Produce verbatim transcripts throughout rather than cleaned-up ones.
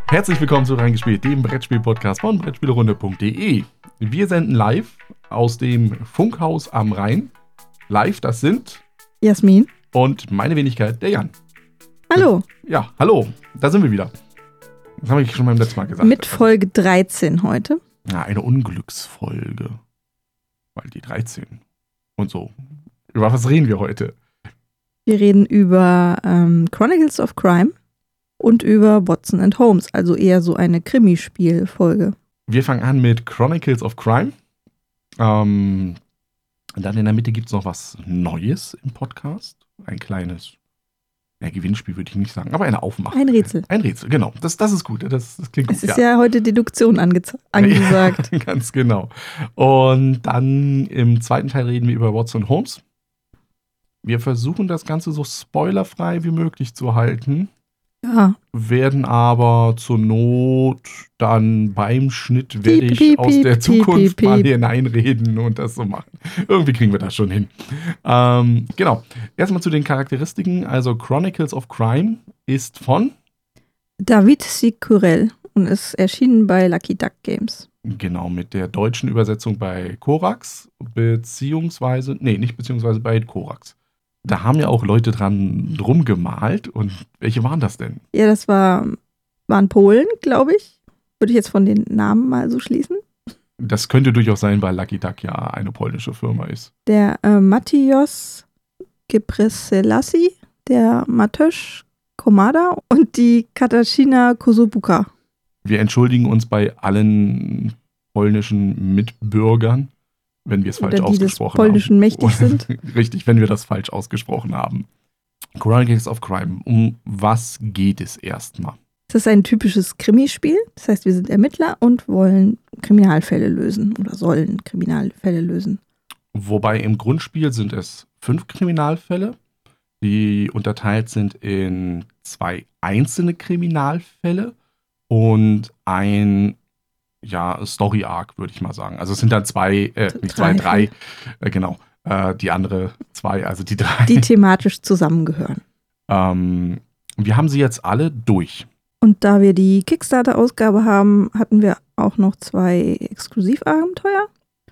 Herzlich willkommen zu Reingespielt, dem Brettspiel-Podcast von Brettspielerunde punkt de. Wir senden live aus dem Funkhaus am Rhein. Live, das sind Jasmin und meine Wenigkeit, der Jan. Hallo. Ja, hallo, da sind wir wieder. Das habe ich schon beim letzten Mal gesagt. Mit Folge dreizehn heute. Ja, eine Unglücksfolge. Weil die dreizehn und so. Über was reden wir heute? Wir reden über ähm, Chronicles of Crime und über Watson and Holmes, also eher so eine Krimispiel-Folge. Wir fangen an mit Chronicles of Crime. Ähm, und dann in der Mitte gibt es noch was Neues im Podcast. Ein kleines ja, Gewinnspiel würde ich nicht sagen, aber eine Aufmachung. Ein Rätsel. Ein Rätsel, genau. Das, das ist gut. Das, das klingt gut. Es ist ja, ja heute Deduktion angez- angesagt. Ja, ganz genau. Und dann im zweiten Teil reden wir über Watson und Holmes. Wir versuchen das Ganze so spoilerfrei wie möglich zu halten. Ja. Werden aber zur Not dann beim Schnitt werde Piep, ich piep, aus der piep, Zukunft piep, mal piep. hineinreden und das so machen. Irgendwie kriegen wir das schon hin. Ähm, genau. Erstmal zu den Charakteristiken. Also Chronicles of Crime ist von David Sicurel und ist erschienen bei Lucky Duck Games. Genau, mit der deutschen Übersetzung bei Korax, beziehungsweise, nee, nicht beziehungsweise bei Korax. Da haben ja auch Leute dran drum gemalt. Und welche waren das denn? Ja, das war, waren Polen, glaube ich. Würde ich jetzt von den Namen mal so schließen. Das könnte durchaus sein, weil Lucky Duck ja eine polnische Firma ist. Der äh, Matthios Gebrselassie, der Mateusz Komada und die Katarzyna Kosobuka. Wir entschuldigen uns bei allen polnischen Mitbürgern, wenn wir es falsch Oder die ausgesprochen des Polnischen haben. mächtig sind. Richtig, wenn wir das falsch ausgesprochen haben. Chronicles of Crime, um was geht es erstmal? Es ist ein typisches Krimispiel. Das heißt, wir sind Ermittler und wollen Kriminalfälle lösen oder sollen Kriminalfälle lösen. Wobei im Grundspiel sind es fünf Kriminalfälle, die unterteilt sind in zwei einzelne Kriminalfälle und ein ja, Story-Arc, würde ich mal sagen. Also es sind dann zwei, äh, nicht zwei, drei, äh, genau, äh, die andere zwei, also die drei. Die thematisch zusammengehören. Ähm, wir haben sie jetzt alle durch. Und da wir die Kickstarter-Ausgabe haben, hatten wir auch noch zwei Exklusivabenteuer.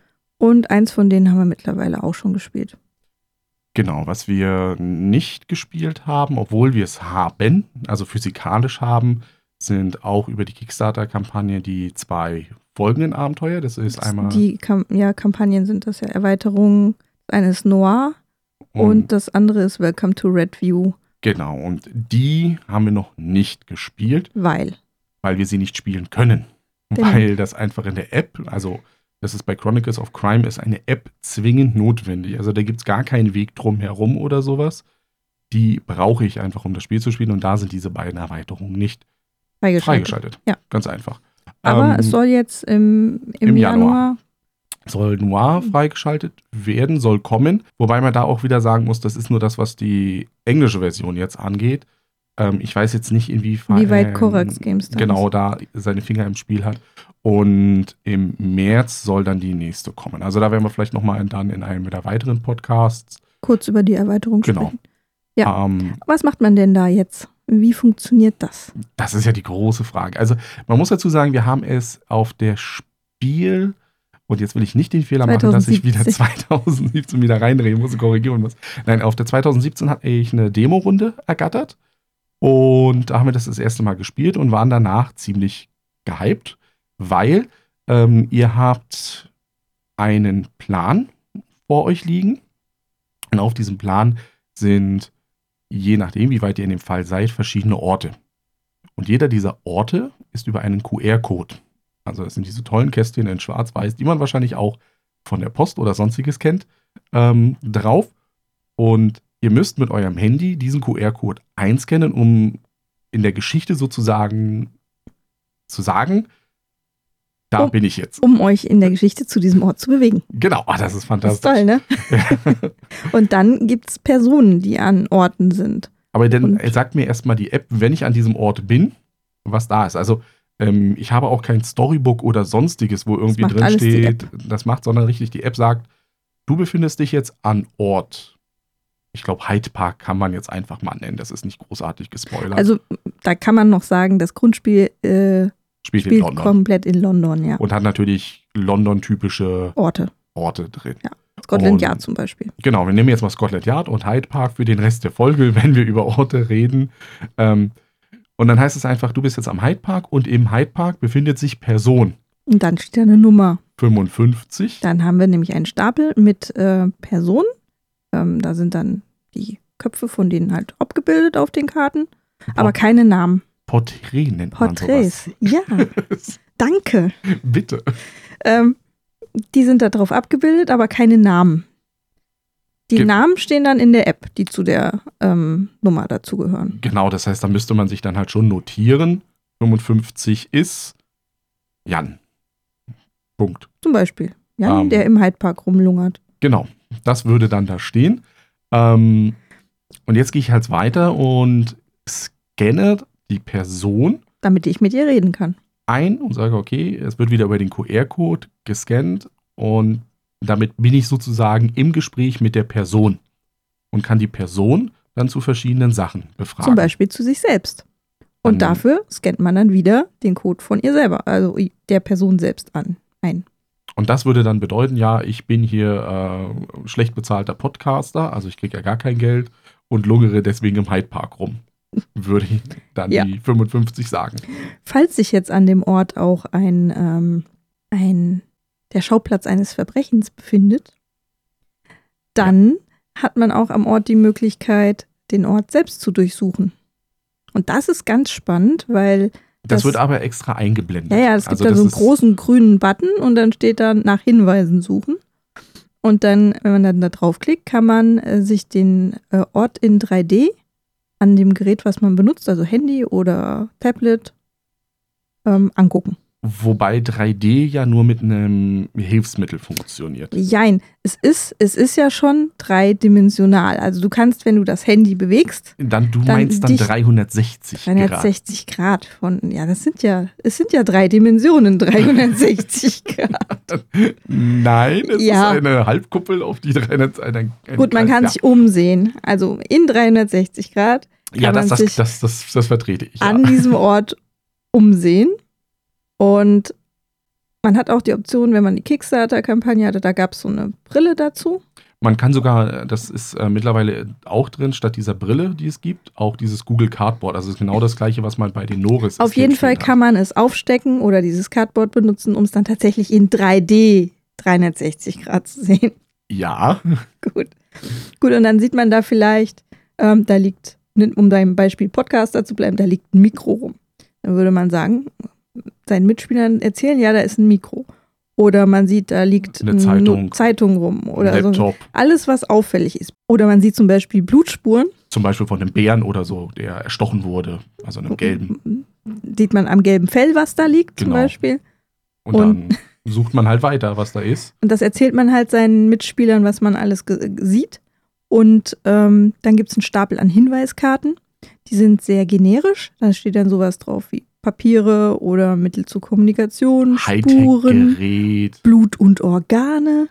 Und eins von denen haben wir mittlerweile auch schon gespielt. Genau, was wir nicht gespielt haben, obwohl wir es haben, also physikalisch haben, sind auch über die Kickstarter-Kampagne die zwei folgenden Abenteuer. Das ist einmal... Die Kam- ja, Kampagnen sind das ja Erweiterungen. Das eine ist Noir und, und das andere ist Welcome to Redview. Genau, und die haben wir noch nicht gespielt. Weil? Weil wir sie nicht spielen können. Denn weil das einfach in der App, also das ist bei Chronicles of Crime, ist eine App zwingend notwendig. Also da gibt es gar keinen Weg drum herum oder sowas. Die brauche ich einfach, um das Spiel zu spielen. Und da sind diese beiden Erweiterungen nicht freigeschaltet. freigeschaltet. Ja. Ganz einfach. Aber ähm, es soll jetzt im, im, im Januar, Januar soll Noir freigeschaltet werden, soll kommen. Wobei man da auch wieder sagen muss, das ist nur das, was die englische Version jetzt angeht. Ähm, ich weiß jetzt nicht, inwiefern wie weit Korax Games da genau ist. da seine Finger im Spiel hat. Und im März soll dann die nächste kommen. Also da werden wir vielleicht nochmal dann in einem der weiteren Podcasts kurz über die Erweiterung genau. sprechen. Ja. Ähm, Was macht man denn da jetzt? Wie funktioniert das? Das ist ja die große Frage. Also man muss dazu sagen, wir haben es auf der Spiel, und jetzt will ich nicht den Fehler machen, dass ich wieder zweitausendsiebzehn wieder reindrehen muss und korrigieren muss. Nein, auf der zweitausendsiebzehn hatte ich eine Demo-Runde ergattert und da haben wir das das erste Mal gespielt und waren danach ziemlich gehypt, weil ähm, ihr habt einen Plan vor euch liegen und auf diesem Plan sind, je nachdem, wie weit ihr in dem Fall seid, verschiedene Orte. Und jeder dieser Orte ist über einen Q R-Code. Also das sind diese tollen Kästchen in schwarz-weiß, die man wahrscheinlich auch von der Post oder sonstiges kennt, ähm, drauf. Und ihr müsst mit eurem Handy diesen Q R-Code einscannen, um in der Geschichte sozusagen zu sagen, da um, bin ich jetzt. Um euch in der Geschichte zu diesem Ort zu bewegen. Genau, oh, das ist fantastisch. Das ist toll, ne? Und dann gibt es Personen, die an Orten sind. Aber dann Und sagt mir erstmal die App, wenn ich an diesem Ort bin, was da ist. Also ähm, ich habe auch kein Storybook oder sonstiges, wo irgendwie drin steht, das macht, sondern richtig die App sagt, du befindest dich jetzt an Ort ich glaube, Hyde Park kann man jetzt einfach mal nennen. Das ist nicht großartig gespoilert. Also da kann man noch sagen, das Grundspiel äh, spielt, spielt in London. komplett in London, ja. Und hat natürlich London-typische Orte. Orte drin. Ja. Scotland und, Yard zum Beispiel. Genau, wir nehmen jetzt mal Scotland Yard und Hyde Park für den Rest der Folge, wenn wir über Orte reden. Ähm, und dann heißt es einfach, du bist jetzt am Hyde Park und im Hyde Park befindet sich Person. Und dann steht da eine Nummer. fünfundfünfzig. Dann haben wir nämlich einen Stapel mit äh, Personen. Ähm, da sind dann die Köpfe von denen halt abgebildet auf den Karten, Port- aber keine Namen. Porträt nennt Porträts, man sowas. ja. Danke. Bitte. Ähm, die sind da drauf abgebildet, aber keine Namen. Die Ge- Namen stehen dann in der App, die zu der ähm, Nummer dazugehören. Genau, das heißt, da müsste man sich dann halt schon notieren. fünfundfünfzig ist Jan. Punkt. Zum Beispiel Jan, Ähm, der im Hyde Park rumlungert. Genau, das würde dann da stehen. Ähm, und jetzt gehe ich halt weiter und scanne die Person Damit ich mit ihr reden kann. ein und sage, okay, es wird wieder über den Q R-Code gescannt und damit bin ich sozusagen im Gespräch mit der Person und kann die Person dann zu verschiedenen Sachen befragen. Zum Beispiel zu sich selbst. Und Dann- dafür scannt man dann wieder den Code von ihr selber, also der Person selbst an, ein. Und das würde dann bedeuten, ja, ich bin hier äh, schlecht bezahlter Podcaster, also ich kriege ja gar kein Geld und lungere deswegen im Hyde Park rum. Würde ich dann Ja. die fünfundfünfzig sagen. Falls sich jetzt an dem Ort auch ein, ähm, ein der Schauplatz eines Verbrechens befindet, dann hat man auch am Ort die Möglichkeit, den Ort selbst zu durchsuchen. Und das ist ganz spannend, weil Das, Das- wird aber extra eingeblendet. ja, ja, es gibt Also da das so einen ist- großen grünen Button und dann steht da nach Hinweisen suchen. Und dann, wenn man dann da draufklickt, kann man äh, sich den äh, Ort in drei D an dem Gerät, was man benutzt, also Handy oder Tablet, ähm, angucken. Wobei drei D ja nur mit einem Hilfsmittel funktioniert. Jein, es ist, es ist ja schon dreidimensional. Also du kannst, wenn du das Handy bewegst, Dann, du Dann meinst dann dich- dreihundertsechzig Grad. dreihundertsechzig Grad von, ja, das sind ja, es sind ja drei Dimensionen, dreihundertsechzig Grad. Nein, es Ja. ist eine Halbkuppel auf die dreihundert. Eine, eine Gut, man kann ja. sich umsehen. Also in dreihundertsechzig Grad kann Ja, man das, sich das, das, das, das vertrete ich. Ja. an diesem Ort umsehen. Und man hat auch die Option, wenn man die Kickstarter-Kampagne hatte, da gab es so eine Brille dazu. Man kann sogar, das ist äh, mittlerweile auch drin, statt dieser Brille, die es gibt, auch dieses Google Cardboard. Also es ist genau das gleiche, was man bei den Norris Auf jeden Fall kann man es aufstecken oder dieses Cardboard benutzen, um es dann tatsächlich in drei D dreihundertsechzig Grad zu sehen. Ja, Gut. Gut, und dann sieht man da vielleicht, ähm, da liegt, um deinem Beispiel Podcaster zu bleiben, da liegt ein Mikro rum. Dann würde man sagen, seinen Mitspielern erzählen, ja, da ist ein Mikro. Oder man sieht, da liegt Eine Zeitung. Zeitung rum. Oder so. Laptop, Alles, was auffällig ist. Oder man sieht zum Beispiel Blutspuren. zum Beispiel von einem Bären oder so, der erstochen wurde, also einem gelben. Sieht man am gelben Fell, was da liegt, zum Genau. Beispiel. Und, Und- dann sucht man halt weiter, was da ist. Und das erzählt man halt seinen Mitspielern, was man alles ge- sieht. Und ähm, dann gibt es einen Stapel an Hinweiskarten. Die sind sehr generisch. Da steht dann sowas drauf wie Papiere oder Mittel zur Kommunikation, Spuren, Hightech-Gerät, Blut und Organe.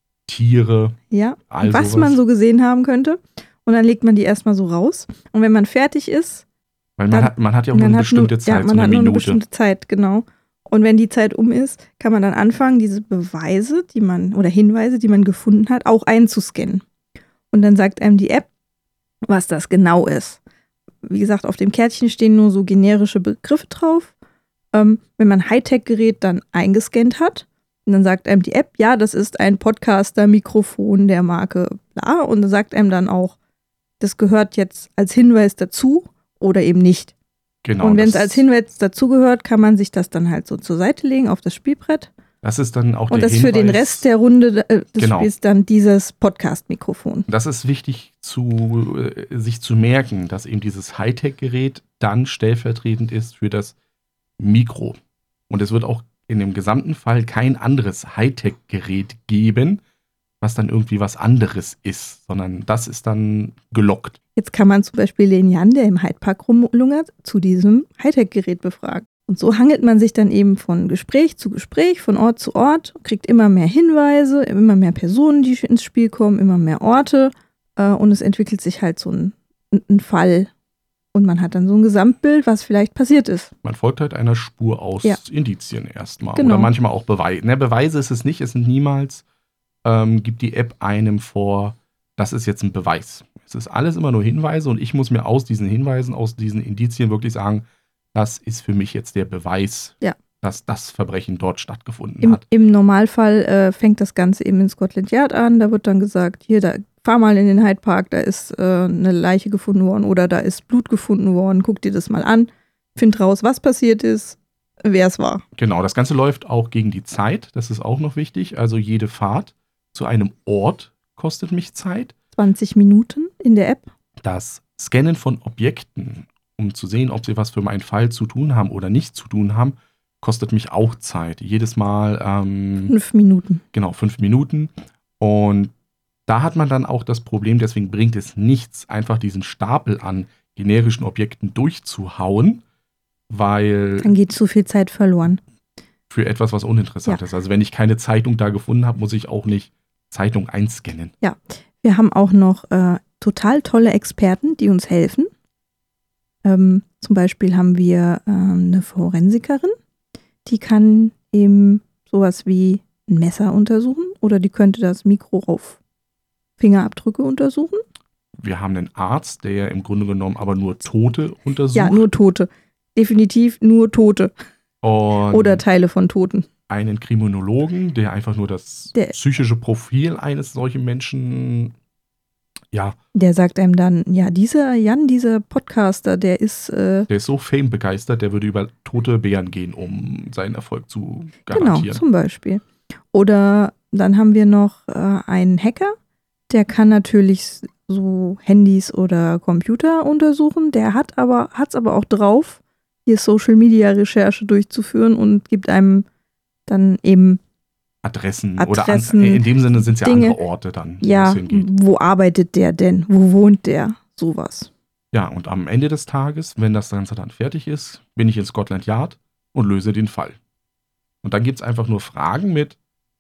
Tiere, Ja, all was sowas. man so gesehen haben könnte. Und dann legt man die erstmal so raus. Und wenn man fertig ist, Weil man Dann- hat, man hat ja auch nur man eine hat bestimmte nur, Zeit, ja, so man eine hat nur eine Minute. bestimmte Zeit, genau. Und wenn die Zeit um ist, kann man dann anfangen, diese Beweise, die man oder Hinweise, die man gefunden hat, auch einzuscannen. Und dann sagt einem die App, was das genau ist. Wie gesagt, auf dem Kärtchen stehen nur so generische Begriffe drauf. Ähm, wenn man ein Hightech-Gerät dann eingescannt hat, und dann sagt einem die App, ja, das ist ein Podcaster-Mikrofon der Marke bla. Und dann sagt einem dann auch, das gehört jetzt als Hinweis dazu oder eben nicht. Genau, Und wenn es das- als Hinweis dazugehört, kann man sich das dann halt so zur Seite legen auf das Spielbrett. Das ist dann auch Und der das für den Hinweis- Rest der Runde äh, des Genau. Spiels dann dieses Podcast-Mikrofon. Das ist wichtig, zu, äh, sich zu merken, dass eben dieses Hightech-Gerät dann stellvertretend ist für das Mikro. Und es wird auch in dem gesamten Fall kein anderes Hightech-Gerät geben, was dann irgendwie was anderes ist, sondern das ist dann gelockt. Jetzt kann man zum Beispiel den Jan, der im Hyde Park rumlungert, zu diesem Hightech-Gerät befragen. Und so hangelt man sich dann eben von Gespräch zu Gespräch, von Ort zu Ort, kriegt immer mehr Hinweise, immer mehr Personen, die ins Spiel kommen, immer mehr Orte. äh, und es entwickelt sich halt so ein, ein Fall. Und man hat dann so ein Gesamtbild, was vielleicht passiert ist. Man folgt halt einer Spur aus ja. Indizien erstmal. Genau. Oder manchmal auch Beweise. Ne, Beweise ist es nicht, es sind niemals, ähm, gibt die App einem vor, das ist jetzt ein Beweis. Es ist alles immer nur Hinweise und ich muss mir aus diesen Hinweisen, aus diesen Indizien wirklich sagen, das ist für mich jetzt der Beweis, ja. dass das Verbrechen dort stattgefunden Im, hat. Im Normalfall äh, fängt das Ganze eben in Scotland Yard an. Da wird dann gesagt, hier, da fahr mal in den Hyde Park, da ist äh, eine Leiche gefunden worden oder da ist Blut gefunden worden. Guck dir das mal an, find raus, was passiert ist, wer es war. Genau, das Ganze läuft auch gegen die Zeit. Das ist auch noch wichtig. Also jede Fahrt zu einem Ort kostet mich Zeit. zwanzig Minuten in der App. Das Scannen von Objekten, um zu sehen, ob sie was für meinen Fall zu tun haben oder nicht zu tun haben, kostet mich auch Zeit. Jedes Mal ähm, fünf Minuten. Genau, fünf Minuten. Und da hat man dann auch das Problem, deswegen bringt es nichts, einfach diesen Stapel an generischen Objekten durchzuhauen, weil... Dann geht zu viel Zeit verloren. Für etwas, was uninteressant ja. ist. Also wenn ich keine Zeitung da gefunden habe, muss ich auch nicht Zeitung einscannen. Ja, wir haben auch noch äh, total tolle Experten, die uns helfen. Ähm, zum Beispiel haben wir äh, eine Forensikerin, die kann eben sowas wie ein Messer untersuchen oder die könnte das Mikro auf Fingerabdrücke untersuchen. Wir haben einen Arzt, der im Grunde genommen aber nur Tote untersucht. Ja, nur Tote. Definitiv nur Tote. Und oder Teile von Toten. Einen Kriminologen, der einfach nur das der, psychische Profil eines solchen Menschen, ja. Der sagt einem dann, ja, dieser Jan, dieser Podcaster, der ist... Äh, der ist so Fame-begeistert, der würde über tote Bären gehen, um seinen Erfolg zu garantieren. Genau, zum Beispiel. Oder dann haben wir noch äh, einen Hacker, der kann natürlich so Handys oder Computer untersuchen. Der hat aber hat's aber auch drauf, hier Social-Media-Recherche durchzuführen und gibt einem dann eben Adressen, Adressen oder an, in dem Sinne sind es ja Dinge, andere Orte dann, wo ja, es hingeht. Wo arbeitet der denn? Wo wohnt der? Sowas. Ja, und am Ende des Tages, wenn das Ganze dann fertig ist, bin ich in Scotland Yard und löse den Fall. Und dann gibt es einfach nur Fragen mit,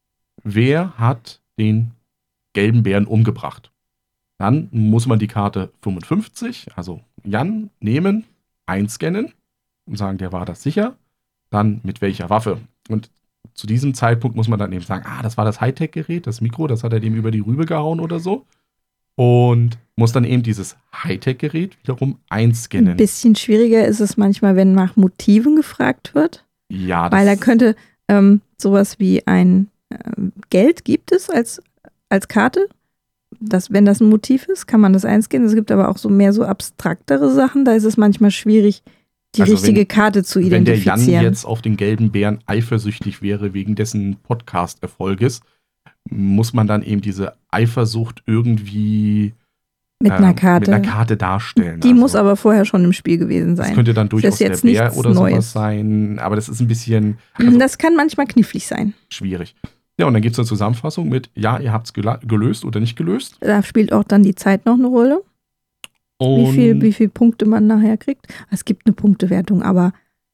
wer hat den gelben Bären umgebracht? Dann muss man die Karte fünfundfünfzig, also Jan, nehmen, einscannen und sagen, der war das sicher. Dann mit welcher Waffe? Und zu diesem Zeitpunkt muss man dann eben sagen, ah, das war das Hightech-Gerät, das Mikro, das hat er dem über die Rübe gehauen oder so. Und muss dann eben dieses Hightech-Gerät wiederum einscannen. Ein bisschen schwieriger ist es manchmal, wenn nach Motiven gefragt wird. Ja, das Weil da könnte ähm, sowas wie ein ähm, Geld gibt es als, als Karte. Das, wenn das ein Motiv ist, kann man das einscannen. Es gibt aber auch so mehr so abstraktere Sachen. Da ist es manchmal schwierig, die also richtige wenn, Karte zu identifizieren. Wenn der Jan jetzt auf den gelben Bären eifersüchtig wäre wegen dessen Podcast-Erfolges, muss man dann eben diese Eifersucht irgendwie mit einer Karte, äh, mit einer Karte darstellen. Die also, muss aber vorher schon im Spiel gewesen sein. Das könnte dann durchaus der Bär oder Neues. sowas sein, aber das ist ein bisschen... Also das kann manchmal knifflig sein. Schwierig. Ja, und dann gibt es eine Zusammenfassung mit, ja, ihr habt es gelöst oder nicht gelöst. Da spielt auch dann die Zeit noch eine Rolle. Und wie viel, wie viel Punkte man nachher kriegt. Es gibt eine Punktewertung, aber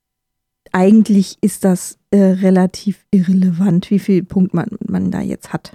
eigentlich ist das äh, relativ irrelevant, wie viel Punkt man, man da jetzt hat.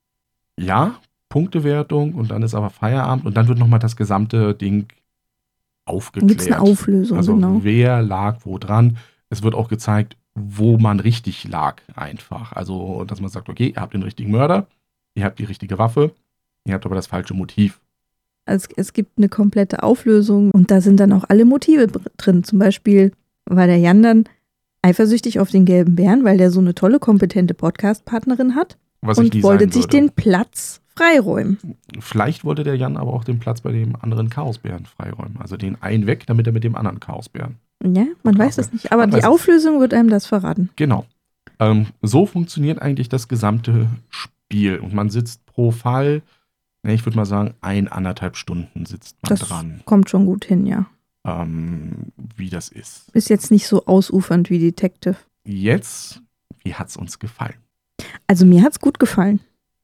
Ja, Punktewertung und dann ist aber Feierabend und dann wird nochmal das gesamte Ding aufgeklärt. Dann gibt es eine Auflösung, also genau. Wer lag wo dran. Es wird auch gezeigt, wo man richtig lag einfach. Also, dass man sagt, okay, ihr habt den richtigen Mörder, ihr habt die richtige Waffe, ihr habt aber das falsche Motiv. Also es gibt eine komplette Auflösung und da sind dann auch alle Motive drin. Zum Beispiel war der Jan dann eifersüchtig auf den gelben Bären, weil der so eine tolle, kompetente Podcast-Partnerin hat. Was und ich nie wollte sagen sich würde. den Platz freiräumen. Vielleicht wollte der Jan aber auch den Platz bei dem anderen Chaosbären freiräumen. Also den einen weg, damit er mit dem anderen Chaosbären. Ja, man weiß es nicht. Aber die Auflösung wird einem das verraten. Genau. Ähm, so funktioniert eigentlich das gesamte Spiel. Und man sitzt pro Fall, ich würde mal sagen, ein, anderthalb Stunden sitzt man das dran. Das kommt schon gut hin, ja. Ähm, wie das ist. Ist jetzt nicht so ausufernd wie Detective. Jetzt, wie hat es uns gefallen? Also mir hat es gut gefallen.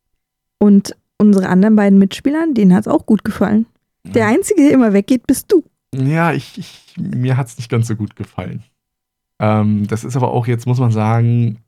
Und unsere anderen beiden Mitspielern, denen hat es auch gut gefallen. Der Ja. Einzige, der immer weggeht, bist du. Ja, ich, ich, mir hat es nicht ganz so gut gefallen. Ähm, das ist aber auch jetzt, muss man sagen,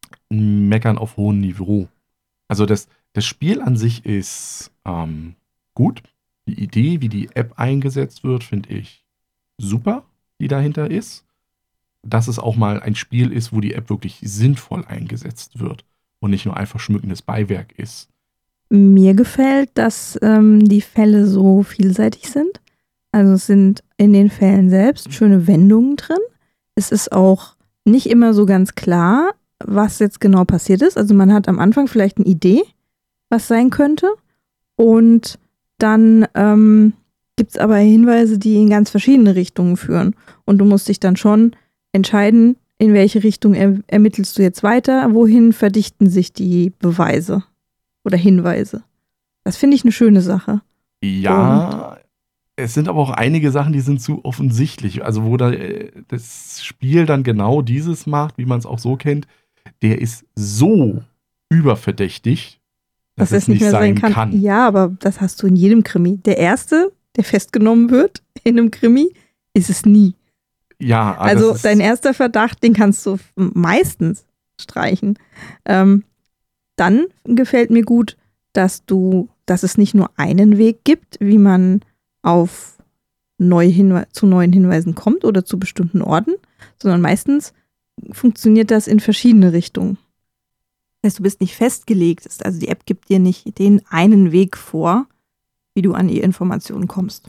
ein Meckern auf hohem Niveau. Also das, das Spiel an sich ist ähm, gut. Die Idee, wie die App eingesetzt wird, finde ich super, die dahinter ist. Dass es auch mal ein Spiel ist, wo die App wirklich sinnvoll eingesetzt wird und nicht nur einfach schmückendes Beiwerk ist. Mir gefällt, dass ähm, die Fälle so vielseitig sind. Also es sind in den Fällen selbst schöne Wendungen drin. Es ist auch nicht immer so ganz klar, was jetzt genau passiert ist. Also man hat am Anfang vielleicht eine Idee, was sein könnte. Und dann ähm, gibt es aber Hinweise, die in ganz verschiedene Richtungen führen. Und du musst dich dann schon entscheiden, in welche Richtung er, ermittelst du jetzt weiter, wohin verdichten sich die Beweise oder Hinweise. Das finde ich eine schöne Sache. Ja, und es sind aber auch einige Sachen, die sind zu offensichtlich. Also wo da, das Spiel dann genau dieses macht, wie man es auch so kennt, der ist so überverdächtig, dass, dass es nicht mehr sein kann. kann. Ja, aber das hast du in jedem Krimi. Der erste, der festgenommen wird in einem Krimi, ist es nie. Ja, also dein erster Verdacht, den kannst du meistens streichen. Ähm, dann gefällt mir gut, dass du, dass es nicht nur einen Weg gibt, wie man auf neue Hinwe- zu neuen Hinweisen kommt oder zu bestimmten Orten, sondern meistens funktioniert das in verschiedene Richtungen. Das heißt, du bist nicht festgelegt. Also die App gibt dir nicht den einen Weg vor, wie du an die Informationen kommst.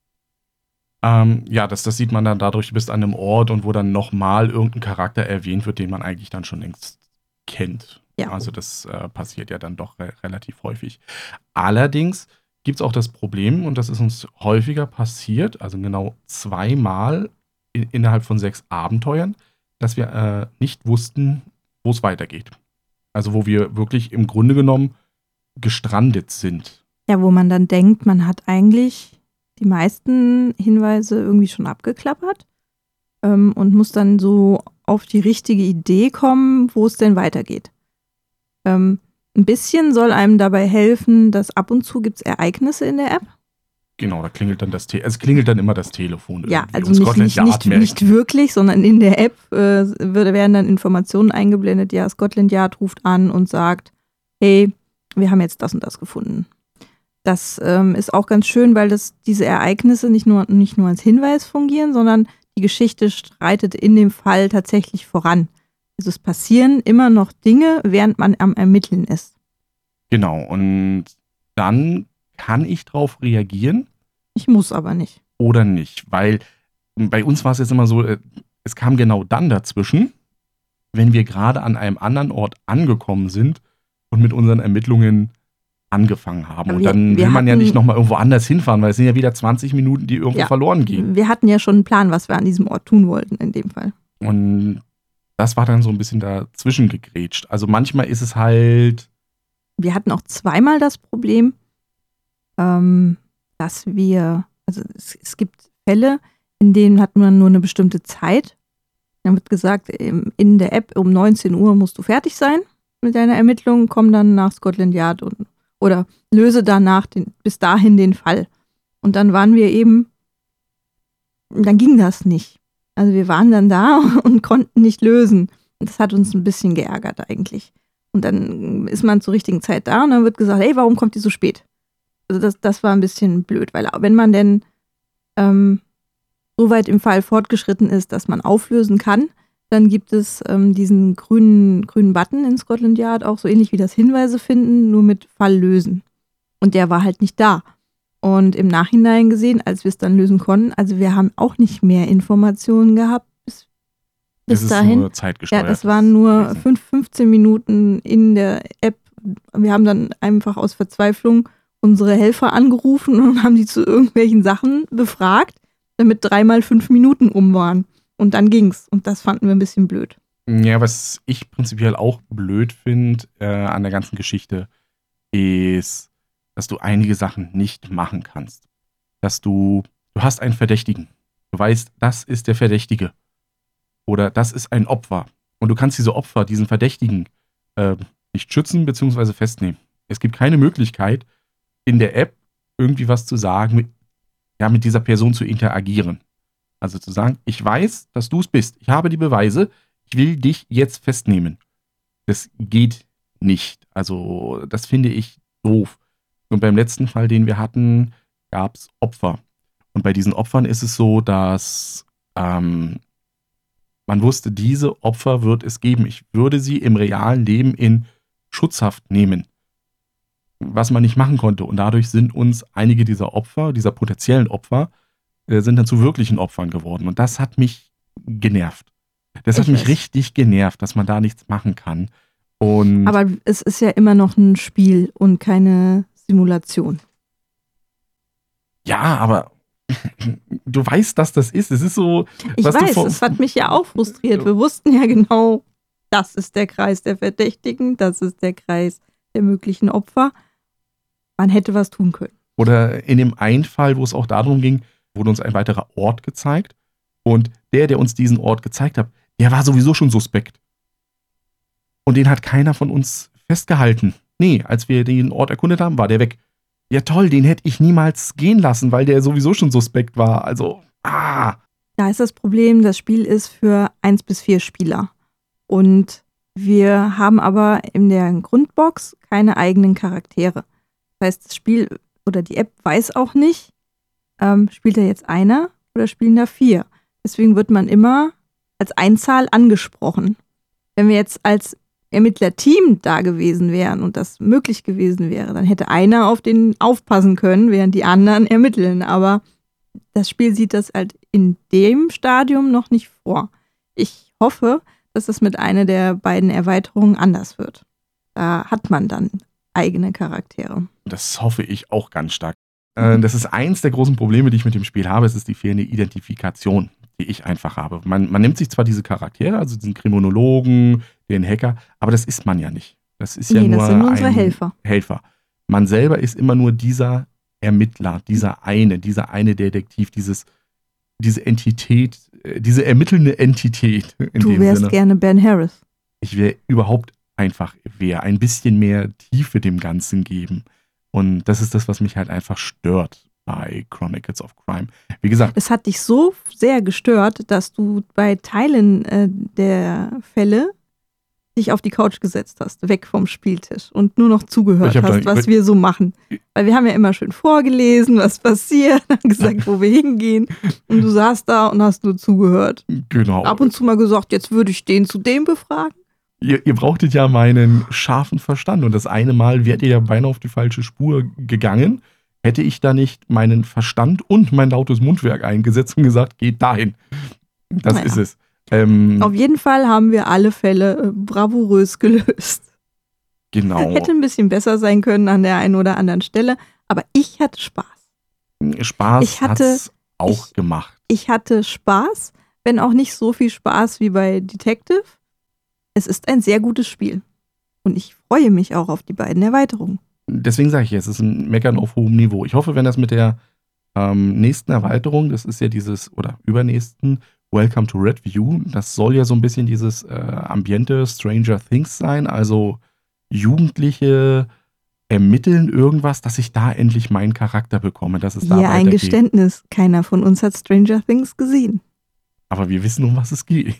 Ähm, ja, das, das sieht man dann dadurch, du bist an einem Ort und wo dann nochmal irgendein Charakter erwähnt wird, den man eigentlich dann schon längst kennt. Ja. Also das äh, passiert ja dann doch re- relativ häufig. Allerdings gibt es auch das Problem, und das ist uns häufiger passiert, also genau zweimal in, innerhalb von sechs Abenteuern, dass wir äh, nicht wussten, wo es weitergeht. Also wo wir wirklich im Grunde genommen gestrandet sind. Ja, wo man dann denkt, man hat eigentlich die meisten Hinweise irgendwie schon abgeklappert ähm, und muss dann so auf die richtige Idee kommen, wo es denn weitergeht. Ähm, ein bisschen soll einem dabei helfen, dass ab und zu gibt es Ereignisse in der App. Genau, da klingelt dann das Telefon. Es klingelt dann immer das Telefon. Ja, also nicht, nicht, nicht, nicht wirklich, sondern in der App äh, würde, werden dann Informationen eingeblendet. Ja, Scotland Yard ruft an und sagt, hey, wir haben jetzt das und das gefunden. Das ähm, ist auch ganz schön, weil das diese Ereignisse nicht nur, nicht nur als Hinweis fungieren, sondern die Geschichte schreitet in dem Fall tatsächlich voran. Also es passieren immer noch Dinge, während man am Ermitteln ist. Genau, und dann kann ich drauf reagieren. Ich muss aber nicht. Oder nicht, weil bei uns war es jetzt immer so, es kam genau dann dazwischen, wenn wir gerade an einem anderen Ort angekommen sind und mit unseren Ermittlungen angefangen haben. Wir, und dann will man hatten, ja nicht nochmal irgendwo anders hinfahren, weil es sind ja wieder zwanzig Minuten, die irgendwo ja, verloren gehen. Wir hatten ja schon einen Plan, was wir an diesem Ort tun wollten in dem Fall. Und das war dann so ein bisschen dazwischen gegrätscht. Also manchmal ist es halt... Wir hatten auch zweimal das Problem, ähm, dass wir, also es, es gibt Fälle, in denen hat man nur eine bestimmte Zeit. Dann wird gesagt, in der App um neunzehn Uhr musst du fertig sein mit deiner Ermittlung, komm dann nach Scotland Yard und oder löse danach den, bis dahin den Fall. Und dann waren wir eben, dann ging das nicht. Also wir waren dann da und konnten nicht lösen. Und das hat uns ein bisschen geärgert eigentlich. Und dann ist man zur richtigen Zeit da und dann wird gesagt, hey, warum kommt die so spät? Also das, das war ein bisschen blöd, weil wenn man denn ähm, so weit im Fall fortgeschritten ist, dass man auflösen kann, dann gibt es ähm, diesen grünen, grünen Button in Scotland Yard, auch so ähnlich wie das Hinweise finden, nur mit Fall lösen. Und der war halt nicht da. Und im Nachhinein gesehen, als wir es dann lösen konnten, also wir haben auch nicht mehr Informationen gehabt bis, bis das dahin. Ist nur zeitgesteuert. Ja, das waren nur fünf, fünfzehn Minuten in der App. Wir haben dann einfach aus Verzweiflung unsere Helfer angerufen und haben die zu irgendwelchen Sachen befragt, damit dreimal fünf Minuten um waren. Und dann ging's. Und das fanden wir ein bisschen blöd. Ja, was ich prinzipiell auch blöd finde äh, an der ganzen Geschichte, ist, dass du einige Sachen nicht machen kannst. Dass du, du hast einen Verdächtigen. Du weißt, das ist der Verdächtige. Oder das ist ein Opfer. Und du kannst diese Opfer, diesen Verdächtigen, äh, nicht schützen bzw. festnehmen. Es gibt keine Möglichkeit, in der App irgendwie was zu sagen, mit, ja, mit dieser Person zu interagieren. Also zu sagen, ich weiß, dass du es bist. Ich habe die Beweise. Ich will dich jetzt festnehmen. Das geht nicht. Also das finde ich doof. Und beim letzten Fall, den wir hatten, gab es Opfer. Und bei diesen Opfern ist es so, dass ähm, man wusste, diese Opfer wird es geben. Ich würde sie im realen Leben in Schutzhaft nehmen, was man nicht machen konnte. Und dadurch sind uns einige dieser Opfer, dieser potenziellen Opfer, äh, sind dann zu wirklichen Opfern geworden. Und das hat mich genervt. Das hat Ich mich weiß. richtig genervt, dass man da nichts machen kann. Und Aber es ist ja immer noch ein Spiel und keine Simulation. ja, aber du weißt, dass das ist. Es ist so, Ich was du weiß, vor- es hat mich ja auch frustriert. Wir wussten ja genau, das ist der Kreis der Verdächtigen, das ist der Kreis der möglichen Opfer. Man hätte was tun können. Oder in dem einen Fall, wo es auch darum ging, wurde uns ein weiterer Ort gezeigt. Und der, der uns diesen Ort gezeigt hat, der war sowieso schon suspekt. Und den hat keiner von uns festgehalten. Nee, als wir den Ort erkundet haben, war der weg. Ja toll, den hätte ich niemals gehen lassen, weil der sowieso schon suspekt war. Also, ah. Da ist das Problem, das Spiel ist für eins bis vier Spieler. Und wir haben aber in der Grundbox keine eigenen Charaktere. Das heißt, das Spiel oder die App weiß auch nicht, ähm, spielt da jetzt einer oder spielen da vier. Deswegen wird man immer als Einzahl angesprochen. Wenn wir jetzt als Ermittlerteam da gewesen wären und das möglich gewesen wäre, dann hätte einer auf den aufpassen können, während die anderen ermitteln. Aber das Spiel sieht das halt in dem Stadium noch nicht vor. Ich hoffe, dass das mit einer der beiden Erweiterungen anders wird. Da hat man dann eigene Charaktere. Das hoffe ich auch ganz stark. Äh, das ist eins der großen Probleme, die ich mit dem Spiel habe. Es ist die fehlende Identifikation, die ich einfach habe. Man, man nimmt sich zwar diese Charaktere, also diesen Kriminologen, den Hacker, aber das ist man ja nicht. Das ist ja Nee, nur das sind nur unsere ein Helfer. Helfer. Man selber ist immer nur dieser Ermittler, dieser eine, dieser eine Detektiv, dieses, diese Entität, äh, diese ermittelnde Entität. In Du dem wärst Sinne. gerne Ben Harris. Ich wäre überhaupt einfach wer, ein bisschen mehr Tiefe dem Ganzen geben. Und das ist das, was mich halt einfach stört bei Chronicles of Crime. Wie gesagt, Es hat dich so sehr gestört, dass du bei Teilen äh, der Fälle dich auf die Couch gesetzt hast, weg vom Spieltisch und nur noch zugehört Ich hab hast, da- was wir so machen. Weil wir haben ja immer schön vorgelesen, was passiert, haben gesagt, wo wir hingehen. Und du saßt da und hast nur zugehört. genau. Ab und zu mal gesagt, jetzt würde ich den zu dem befragen. Ihr, ihr brauchtet ja meinen scharfen Verstand. Und das eine Mal wärt ihr ja beinahe auf die falsche Spur gegangen. Hätte ich da nicht meinen Verstand und mein lautes Mundwerk eingesetzt und gesagt, geht dahin. Das Naja. ist es. Ähm, Auf jeden Fall haben wir alle Fälle äh, bravourös gelöst. genau. Hätte ein bisschen besser sein können an der einen oder anderen Stelle, aber ich hatte Spaß. Spaß Ich hatte- hat's auch ich- gemacht. Ich hatte Spaß, wenn auch nicht so viel Spaß wie bei Detective. Es ist ein sehr gutes Spiel. Und ich freue mich auch auf die beiden Erweiterungen. Deswegen sage ich, es ist ein Meckern auf hohem Niveau. Ich hoffe, wenn das mit der ähm, nächsten Erweiterung, das ist ja dieses, oder übernächsten, Welcome to Redview, das soll ja so ein bisschen dieses äh, Ambiente Stranger Things sein, also Jugendliche ermitteln irgendwas, dass ich da endlich meinen Charakter bekomme, dass es da Hier ein weitergeht. Geständnis. Keiner von uns hat Stranger Things gesehen. Aber wir wissen, um was es geht.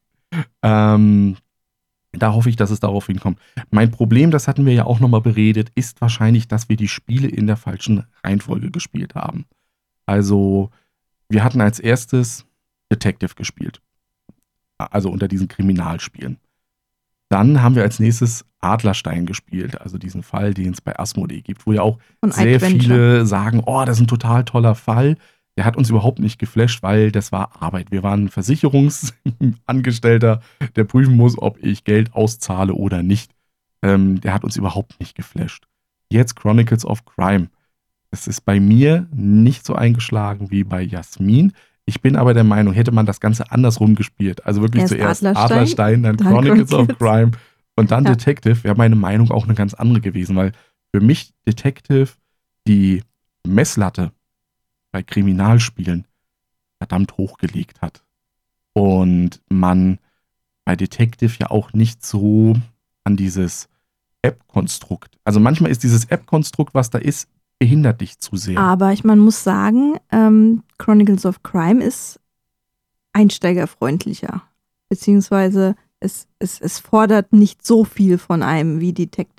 ähm, da hoffe ich, dass es darauf hinkommt. Mein Problem, das hatten wir ja auch nochmal beredet, ist wahrscheinlich, dass wir die Spiele in der falschen Reihenfolge gespielt haben. Also, wir hatten als erstes Detective gespielt. Also unter diesen Kriminalspielen. Dann haben wir als nächstes Adlerstein gespielt, also diesen Fall, den es bei Asmodee gibt, wo ja auch Und sehr Adventure. viele sagen, oh, das ist ein total toller Fall. Der hat uns überhaupt nicht geflasht, weil das war Arbeit. Wir waren Versicherungsangestellter, der prüfen muss, ob ich Geld auszahle oder nicht. Ähm, der hat uns überhaupt nicht geflasht. Jetzt Chronicles of Crime. Das ist bei mir nicht so eingeschlagen wie bei Jasmin. Ich bin aber der Meinung, hätte man das Ganze andersrum gespielt, also wirklich Erst zuerst Adlerstein, Adlerstein, dann, dann Chronicles of Chronicles. Crime und dann Ja. Detective, wäre meine Meinung auch eine ganz andere gewesen, weil für mich Detective die Messlatte bei Kriminalspielen verdammt hochgelegt hat. Und man bei Detective ja auch nicht so an dieses App-Konstrukt, also manchmal ist dieses App-Konstrukt, was da ist, behindert dich zu sehr. Aber ich man muss sagen, ähm, Chronicles of Crime ist einsteigerfreundlicher. Beziehungsweise es, es, es fordert nicht so viel von einem wie Detective.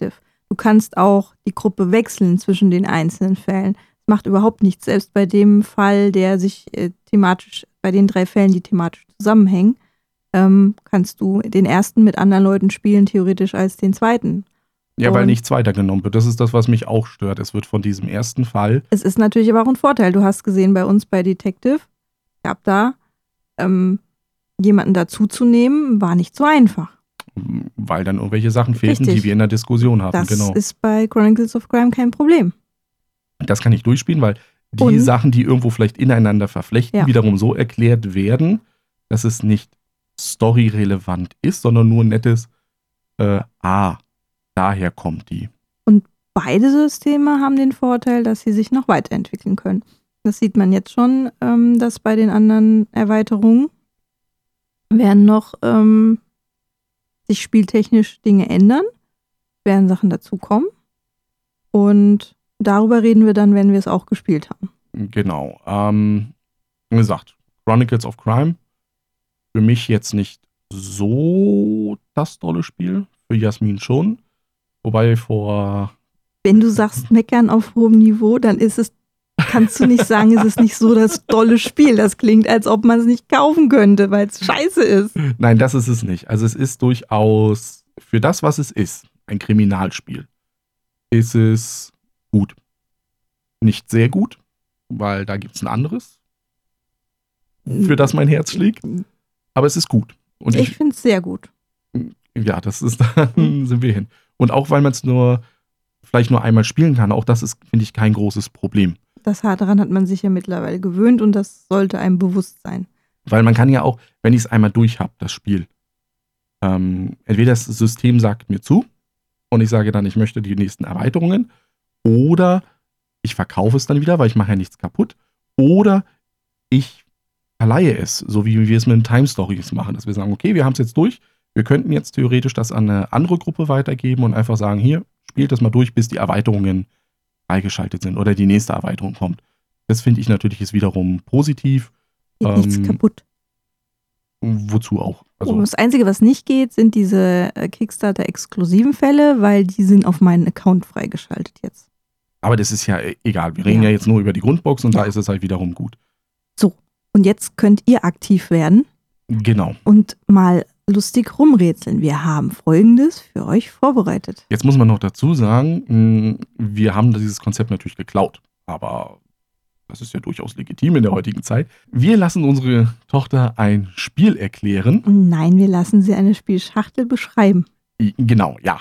Du kannst auch die Gruppe wechseln zwischen den einzelnen Fällen. Das macht überhaupt nichts. Selbst bei dem Fall, der sich äh, thematisch, bei den drei Fällen, die thematisch zusammenhängen, ähm, kannst du den ersten mit anderen Leuten spielen, theoretisch als den zweiten. Ja, weil nichts weitergenommen wird. Das ist das, was mich auch stört. Es wird von diesem ersten Fall. Es ist natürlich aber auch ein Vorteil. Du hast gesehen, bei uns bei Detective gab da ähm, jemanden dazuzunehmen, war nicht so einfach. Weil dann irgendwelche Sachen fehlten, Richtig. die wir in der Diskussion hatten. Das genau. ist bei Chronicles of Crime kein Problem. Das kann ich durchspielen, weil die Und? Sachen, die irgendwo vielleicht ineinander verflechten, Ja. wiederum so erklärt werden, dass es nicht storyrelevant ist, sondern nur ein nettes äh, Ah, daher kommt die. Und beide Systeme haben den Vorteil, dass sie sich noch weiterentwickeln können. Das sieht man jetzt schon, ähm, dass bei den anderen Erweiterungen werden noch ähm, sich spieltechnisch Dinge ändern, werden Sachen dazukommen. Und darüber reden wir dann, wenn wir es auch gespielt haben. Genau. Ähm, wie gesagt, Chronicles of Crime, für mich jetzt nicht so das tolle Spiel, für Jasmin schon. Wobei vor... Wenn du sagst, meckern auf hohem Niveau, dann ist es, kannst du nicht sagen, es ist nicht so das tolle Spiel. Das klingt, als ob man es nicht kaufen könnte, weil es scheiße ist. Nein, das ist es nicht. Also es ist durchaus, für das, was es ist, ein Kriminalspiel, ist es gut. Nicht sehr gut, weil da gibt es ein anderes, für das mein Herz schlägt. Aber es ist gut. Und ich ich finde es sehr gut. Ja, das ist, dann sind wir hin. Und auch, weil man es nur, vielleicht nur einmal spielen kann, auch das ist, finde ich, kein großes Problem. Das daran hat man sich ja mittlerweile gewöhnt und das sollte einem bewusst sein. Weil man kann ja auch, wenn ich es einmal durch habe, das Spiel, ähm, entweder das System sagt mir zu und ich sage dann, ich möchte die nächsten Erweiterungen, oder ich verkaufe es dann wieder, weil ich mache ja nichts kaputt, oder ich verleihe es, so wie wir es mit den Time Stories machen, dass wir sagen, okay, wir haben es jetzt durch, wir könnten jetzt theoretisch das an eine andere Gruppe weitergeben und einfach sagen, hier, spielt das mal durch, bis die Erweiterungen freigeschaltet sind oder die nächste Erweiterung kommt. Das finde ich natürlich ist wiederum positiv. Geht ähm, nichts kaputt. Wozu auch? Also, Und das Einzige, was nicht geht, sind diese Kickstarter-exklusiven Fälle, weil die sind auf meinen Account freigeschaltet jetzt. aber das ist ja egal. Wir reden ja, Ja. ja jetzt nur über die Grundbox und Ja. da ist es halt wiederum gut. So, und jetzt könnt ihr aktiv werden Genau. und mal lustig rumrätseln. Wir haben Folgendes für euch vorbereitet. Jetzt muss man noch dazu sagen, mh, wir haben dieses Konzept natürlich geklaut. Aber das ist ja durchaus legitim in der heutigen Zeit. Wir lassen unsere Tochter ein Spiel erklären. Nein, wir lassen sie eine Spielschachtel beschreiben. I- Genau, ja.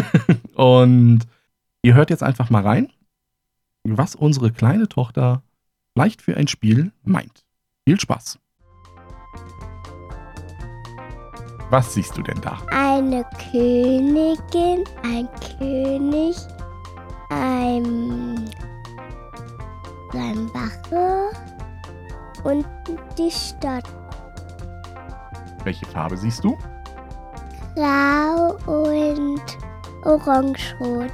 Und ihr hört jetzt einfach mal rein, was unsere kleine Tochter vielleicht für ein Spiel meint. Viel Spaß. Was siehst du denn da? Eine Königin, ein König, ein, ein Wache und die Stadt. Welche Farbe siehst du? Grau und orangerot,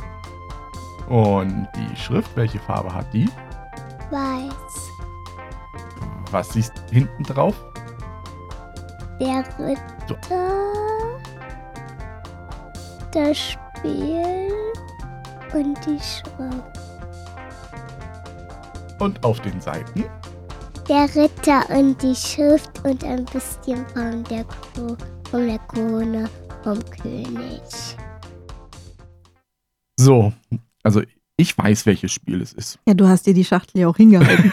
Und die Schrift, welche Farbe hat die? weiß. Was siehst du hinten drauf? Der Ritter, das Spiel und die Schrift. Und auf den Seiten? Der Ritter und die Schrift und ein bisschen von der, Kro- von der Krone vom König. So, also ich weiß, welches Spiel es ist. Ja, du hast dir die Schachtel ja auch hingehalten.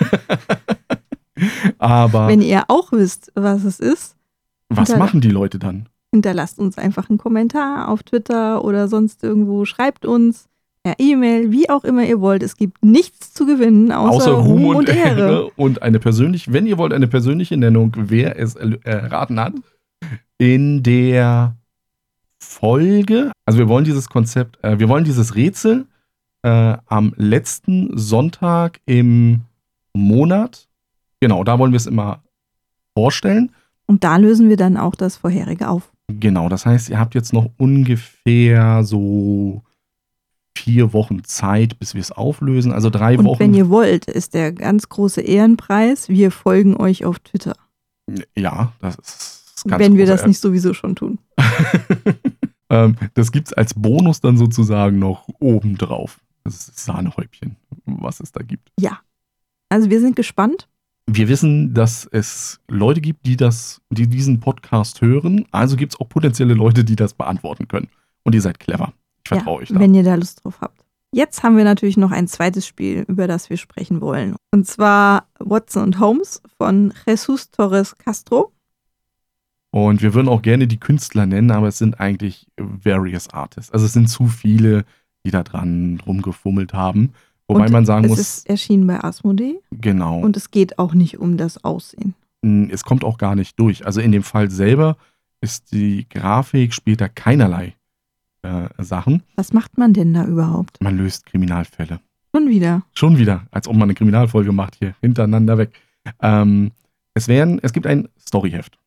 Aber Wenn ihr auch wisst, was es ist, was hinterla- machen die Leute dann? hinterlasst uns einfach einen Kommentar auf Twitter oder sonst irgendwo. Schreibt uns per E-Mail, wie auch immer ihr wollt. Es gibt nichts zu gewinnen, außer, Außer Ruhm und, und Ehre. Ehre und eine persönliche, wenn ihr wollt, eine persönliche Nennung, wer es äh, erraten hat. In der Folge, also wir wollen dieses Konzept, äh, wir wollen dieses Rätsel äh, am letzten Sonntag im Monat, genau, da wollen wir es immer vorstellen. Und da lösen wir dann auch das vorherige auf. Genau, das heißt, ihr habt jetzt noch ungefähr so vier Wochen Zeit, bis wir es auflösen, also drei Und Wochen. wenn ihr wollt, ist der ganz große Ehrenpreis, wir folgen euch auf Twitter. Ja, das ist ganz wenn wir großer das nicht sowieso schon tun. ähm, das gibt es als Bonus dann sozusagen noch obendrauf. Das ist das Sahnehäubchen, was es da gibt. Ja. Also wir sind gespannt. Wir wissen, dass es Leute gibt, die das, die diesen Podcast hören. Also gibt es auch potenzielle Leute, die das beantworten können. Und ihr seid clever. Ich vertraue ja, euch da. Wenn ihr da Lust drauf habt. Jetzt haben wir natürlich noch ein zweites Spiel, über das wir sprechen wollen. Und zwar Watson und Holmes von Jesus Torres Castro. Und wir würden auch gerne die Künstler nennen, aber es sind eigentlich various Artists. Also es sind zu viele, die da dran rumgefummelt haben. Wobei und man sagen es muss. Es ist erschienen bei Asmodee. Genau. Und es geht auch nicht um das Aussehen. Es kommt auch gar nicht durch. Also in dem Fall selber ist die Grafik, spielt da keinerlei äh, Sachen. Was macht man denn da überhaupt? Man löst Kriminalfälle. Schon wieder. Schon wieder, als ob man eine Kriminalfolge macht hier, hintereinander weg. Ähm, es, werden, es gibt ein Storyheft.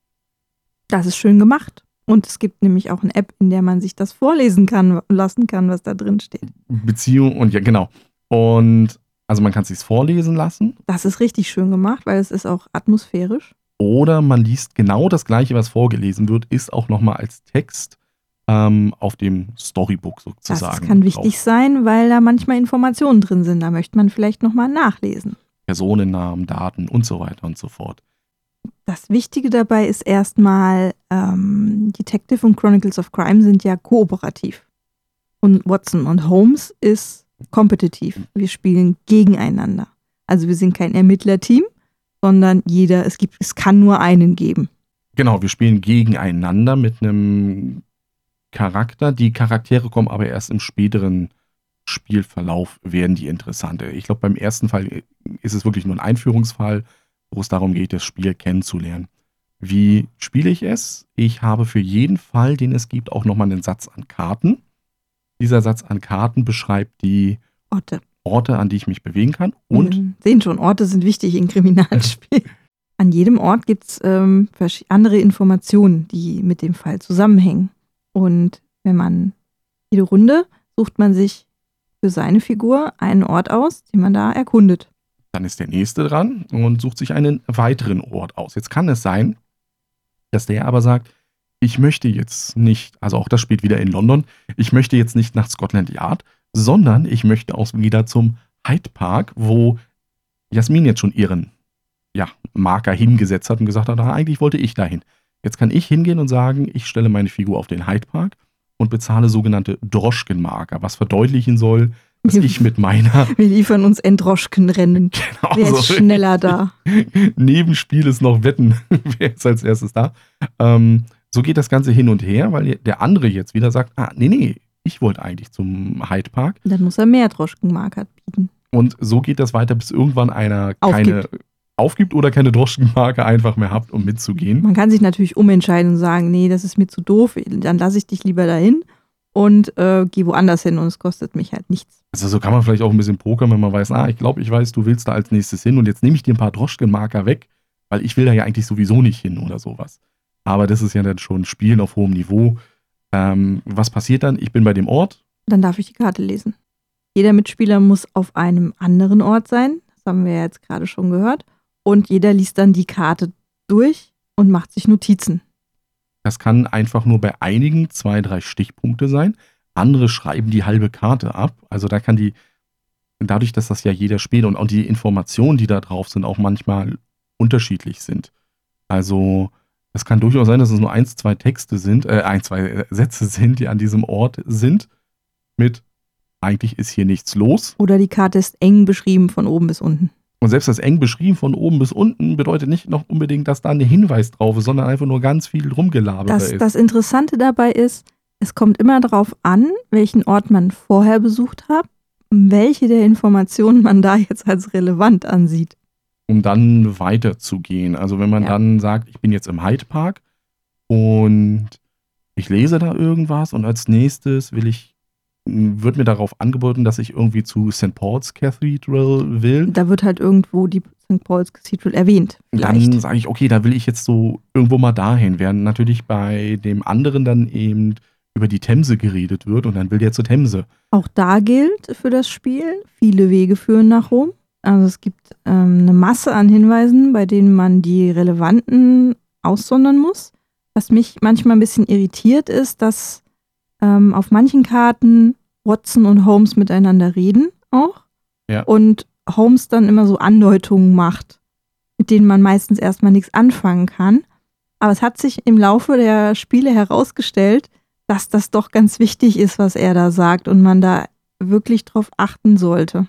Das ist schön gemacht. Und es gibt nämlich auch eine App, in der man sich das vorlesen kann, lassen kann, was da drin steht. Beziehung, und ja, genau. Und also man kann es sich vorlesen lassen. Das ist richtig schön gemacht, weil es ist auch atmosphärisch. Oder man liest genau das Gleiche, was vorgelesen wird, ist auch nochmal als Text ähm, auf dem Storybook sozusagen. Das kann wichtig drauf sein, weil da manchmal Informationen drin sind. Da möchte man vielleicht nochmal nachlesen. Personennamen, Daten und so weiter und so fort. Das Wichtige dabei ist erstmal, ähm, Detective und Chronicles of Crime sind ja kooperativ. Und Watson und Holmes ist kompetitiv. Wir spielen gegeneinander. Also wir sind kein Ermittlerteam, sondern jeder, es gibt, es kann nur einen geben. Genau, wir spielen gegeneinander mit einem Charakter. Die Charaktere kommen aber erst im späteren Spielverlauf, werden die interessanter. Ich glaube, beim ersten Fall ist es wirklich nur ein Einführungsfall, wo es darum geht, das Spiel kennenzulernen. Wie spiele ich es? Ich habe für jeden Fall, den es gibt, auch nochmal einen Satz an Karten. Dieser Satz an Karten beschreibt die Orte, Orte an die ich mich bewegen kann. Und Wir sehen schon, Orte sind wichtig in Kriminalspielen. An jedem Ort gibt es ähm, andere Informationen, die mit dem Fall zusammenhängen. Und wenn man jede Runde sucht man sich für seine Figur einen Ort aus, den man da erkundet. Dann ist der Nächste dran und sucht sich einen weiteren Ort aus. Jetzt kann es sein, dass der aber sagt, ich möchte jetzt nicht, also auch das spielt wieder in London, ich möchte jetzt nicht nach Scotland Yard, sondern ich möchte auch wieder zum Hyde Park, wo Jasmin jetzt schon ihren ja, Marker hingesetzt hat und gesagt hat, ah, eigentlich wollte ich dahin. Jetzt kann ich hingehen und sagen, ich stelle meine Figur auf den Hyde Park und bezahle sogenannte Droschkenmarker, was verdeutlichen soll, dass wir, ich mit meiner... Wir liefern uns Endroschkenrennen. Genau, wer ist so schneller da? Neben Spiel ist noch Wetten, wer ist als erstes da. Ähm, so geht das Ganze hin und her, weil der andere jetzt wieder sagt, ah, nee, nee, ich wollte eigentlich zum Hyde Park. Dann muss er mehr Droschkenmarker bieten. Und so geht das weiter, bis irgendwann einer keine aufgibt, aufgibt oder keine Droschkenmarker einfach mehr habt, um mitzugehen. Man kann sich natürlich umentscheiden und sagen, nee, das ist mir zu doof, dann lasse ich dich lieber dahin und äh, gehe woanders hin und es kostet mich halt nichts. Also so kann man vielleicht auch ein bisschen pokern, wenn man weiß, ah, ich glaube, ich weiß, du willst da als nächstes hin und jetzt nehme ich dir ein paar Droschkenmarker weg, weil ich will da ja eigentlich sowieso nicht hin oder sowas. Aber das ist ja dann schon Spielen auf hohem Niveau. Ähm, was passiert dann? Ich bin bei dem Ort. Dann darf ich die Karte lesen. Jeder Mitspieler muss auf einem anderen Ort sein. Das haben wir ja jetzt gerade schon gehört. Und jeder liest dann die Karte durch und macht sich Notizen. Das kann einfach nur bei einigen zwei, drei Stichpunkte sein. Andere schreiben die halbe Karte ab. Also da kann die, dadurch, dass das ja jeder spielt und auch die Informationen, die da drauf sind, auch manchmal unterschiedlich sind. Also es kann durchaus sein, dass es nur eins, zwei Texte sind, äh, ein, zwei Sätze sind, die an diesem Ort sind, mit eigentlich ist hier nichts los. Oder die Karte ist eng beschrieben von oben bis unten. Und selbst das eng beschrieben von oben bis unten bedeutet nicht noch unbedingt, dass da ein Hinweis drauf ist, sondern einfach nur ganz viel rumgelabert das, ist. Das Interessante dabei ist, es kommt immer darauf an, welchen Ort man vorher besucht hat, welche der Informationen man da jetzt als relevant ansieht. Um dann weiterzugehen. Also wenn man ja. dann sagt, ich bin jetzt im Hyde Park und ich lese da irgendwas und als nächstes will ich, wird mir darauf angeboten, dass ich irgendwie zu Sankt Paul's Cathedral will. Da wird halt irgendwo die Sankt Paul's Cathedral erwähnt. Vielleicht. Dann sage ich, okay, da will ich jetzt so irgendwo mal dahin. Während natürlich bei dem anderen dann eben über die Themse geredet wird und dann will der zur Themse. Auch da gilt für das Spiel, viele Wege führen nach Rom. Also es gibt ähm, eine Masse an Hinweisen, bei denen man die relevanten aussondern muss. Was mich manchmal ein bisschen irritiert ist, dass ähm, auf manchen Karten Watson und Holmes miteinander reden auch. Ja. Und Holmes dann immer so Andeutungen macht, mit denen man meistens erstmal nichts anfangen kann. Aber es hat sich im Laufe der Spiele herausgestellt, dass das doch ganz wichtig ist, was er da sagt und man da wirklich drauf achten sollte.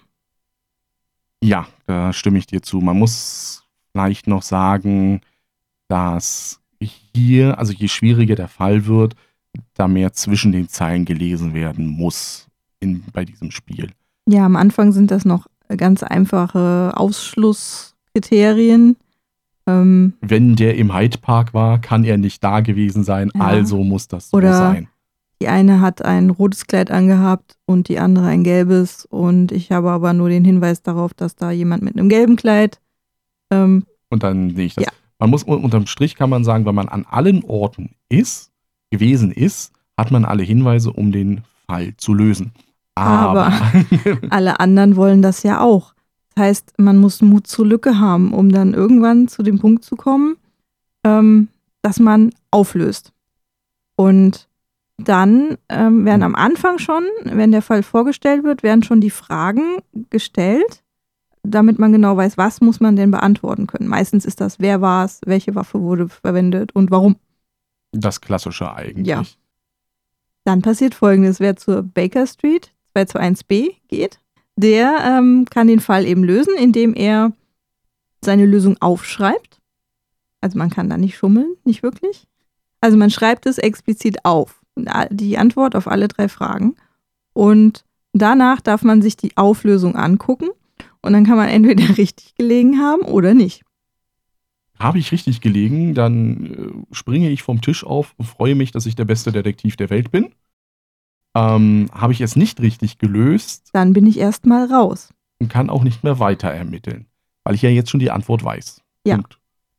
Ja, da stimme ich dir zu. Man muss vielleicht noch sagen, dass hier, also je schwieriger der Fall wird, da mehr zwischen den Zeilen gelesen werden muss in, bei diesem Spiel. Ja, am Anfang sind das noch ganz einfache Ausschlusskriterien. Ähm, Wenn der im Hyde Park war, kann er nicht da gewesen sein, Ja. also muss das so Oder- sein. Die eine hat ein rotes Kleid angehabt und die andere ein gelbes. Und ich habe aber nur den Hinweis darauf, dass da jemand mit einem gelben Kleid. Ähm, Und dann sehe ich das. Ja. Man muss, unterm Strich kann man sagen, wenn man an allen Orten ist, gewesen ist, hat man alle Hinweise, um den Fall zu lösen. Aber, Aber- alle anderen wollen das ja auch. Das heißt, man muss Mut zur Lücke haben, um dann irgendwann zu dem Punkt zu kommen, ähm, dass man auflöst. Und dann ähm, werden am Anfang schon, wenn der Fall vorgestellt wird, werden schon die Fragen gestellt, damit man genau weiß, was muss man denn beantworten können. Meistens ist das, wer war es, welche Waffe wurde verwendet und warum. das Klassische eigentlich. Ja. Dann passiert Folgendes: Wer zur Baker Street zwei zwei eins b geht, der ähm, kann den Fall eben lösen, indem er seine Lösung aufschreibt. Also man kann da nicht schummeln, nicht wirklich. Also man schreibt es explizit auf, die Antwort auf alle drei Fragen. Und danach darf man sich die Auflösung angucken und dann kann man entweder richtig gelegen haben oder nicht. Habe ich richtig gelegen, dann äh, springe ich vom Tisch auf und freue mich, dass ich der beste Detektiv der Welt bin. Ähm, habe ich es nicht richtig gelöst Dann bin ich erstmal raus. und kann auch nicht mehr weiter ermitteln, weil ich ja jetzt schon die Antwort weiß. Ja. Punkt.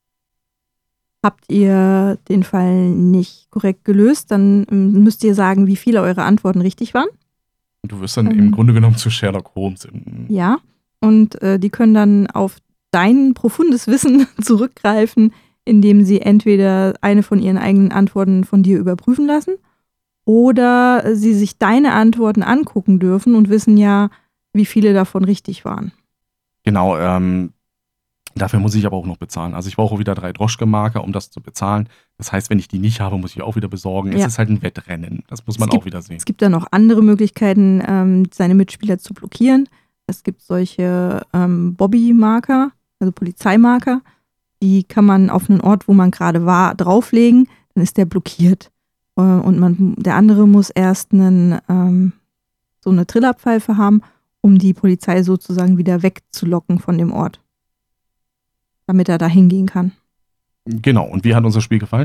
Habt ihr den Fall nicht korrekt gelöst, dann ähm, müsst ihr sagen, wie viele eure Antworten richtig waren. Und du wirst dann Ähm. im Grunde genommen zu Sherlock Holmes. Im, Ja. Und äh, die können dann auf dein profundes Wissen zurückgreifen, indem sie entweder eine von ihren eigenen Antworten von dir überprüfen lassen oder sie sich deine Antworten angucken dürfen und wissen ja, wie viele davon richtig waren. Genau, ähm, dafür muss ich aber auch noch bezahlen. Also ich brauche wieder drei Droschke-Marker, um das zu bezahlen. Das heißt, wenn ich die nicht habe, muss ich auch wieder besorgen. Es Ja. ist halt ein Wettrennen. Das muss man Es gibt- auch wieder sehen. Es gibt dann noch andere Möglichkeiten, ähm, seine Mitspieler zu blockieren. Es gibt solche ähm, Bobby-Marker, also Polizeimarker. Die kann man auf einen Ort, wo man gerade war, drauflegen. Dann ist der blockiert. Äh, und man, der andere muss erst einen, ähm, so eine Trillerpfeife haben, um die Polizei sozusagen wieder wegzulocken von dem Ort. Damit er da hingehen kann. Genau, und wie hat unser Spiel gefallen?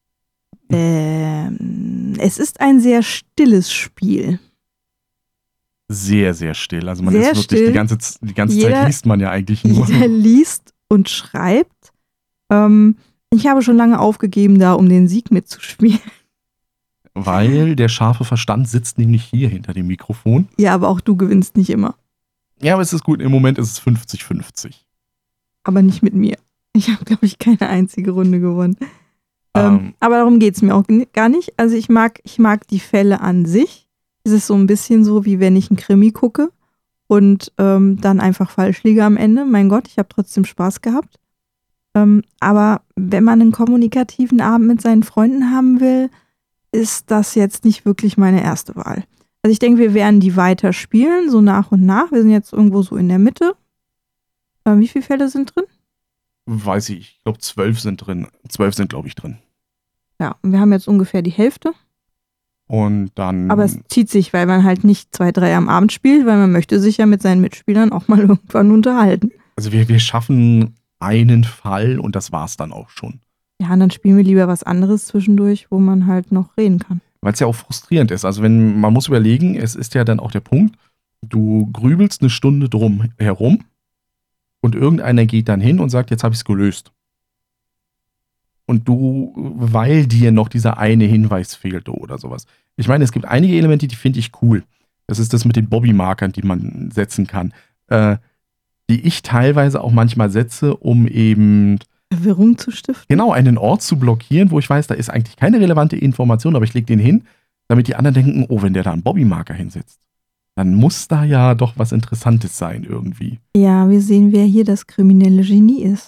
Ähm, es ist ein sehr stilles Spiel. Sehr, sehr still. Also man Sehr ist wirklich still. die ganze, Z- die ganze Jeder- Zeit liest man ja eigentlich nur. Jeder liest und schreibt. Ähm, ich habe schon lange aufgegeben, da um den Sieg mitzuspielen. Weil der scharfe Verstand sitzt nämlich hier hinter dem Mikrofon. Ja, aber auch du gewinnst nicht immer. Ja, aber es ist gut. Im Moment ist es fünfzig fünfzig. Aber nicht mit mir. Ich habe, glaube ich, keine einzige Runde gewonnen. Ähm, Ähm, aber darum geht es mir auch n- gar nicht. Also ich mag, ich mag die Fälle an sich. Es ist so ein bisschen so, wie wenn ich einen Krimi gucke und ähm, dann einfach falsch liege am Ende. Mein Gott, ich habe trotzdem Spaß gehabt. Ähm, aber wenn man einen kommunikativen Abend mit seinen Freunden haben will, ist das jetzt nicht wirklich meine erste Wahl. Also ich denke, wir werden die weiter spielen, so nach und nach. Wir sind jetzt irgendwo so in der Mitte. Ähm, wie viele Fälle sind drin? weiß ich, ich glaube zwölf sind drin. Zwölf sind, glaube ich, drin. Ja, und wir haben jetzt ungefähr die Hälfte. Und dann. Aber es zieht sich, weil man halt nicht zwei, drei am Abend spielt, weil man möchte sich ja mit seinen Mitspielern auch mal irgendwann unterhalten. Also wir, wir schaffen einen Fall und das war's dann auch schon. Ja, und dann spielen wir lieber was anderes zwischendurch, wo man halt noch reden kann. Weil es ja auch frustrierend ist. Also wenn, man muss überlegen, es ist ja dann auch der Punkt, du grübelst eine Stunde drum herum und irgendeiner geht dann hin und sagt, jetzt habe ich es gelöst. Und du, weil dir noch dieser eine Hinweis fehlte oder sowas. Ich meine, es gibt einige Elemente, die finde ich cool. Das ist das mit den Bobby-Markern, die man setzen kann. Äh, die ich teilweise auch manchmal setze, um eben Verwirrung zu stiften. genau einen Ort zu blockieren, wo ich weiß, da ist eigentlich keine relevante Information, aber ich lege den hin, damit die anderen denken, oh, wenn der da einen Bobby-Marker hinsetzt, dann muss da ja doch was Interessantes sein irgendwie. Ja, wir sehen, wer hier das kriminelle Genie ist.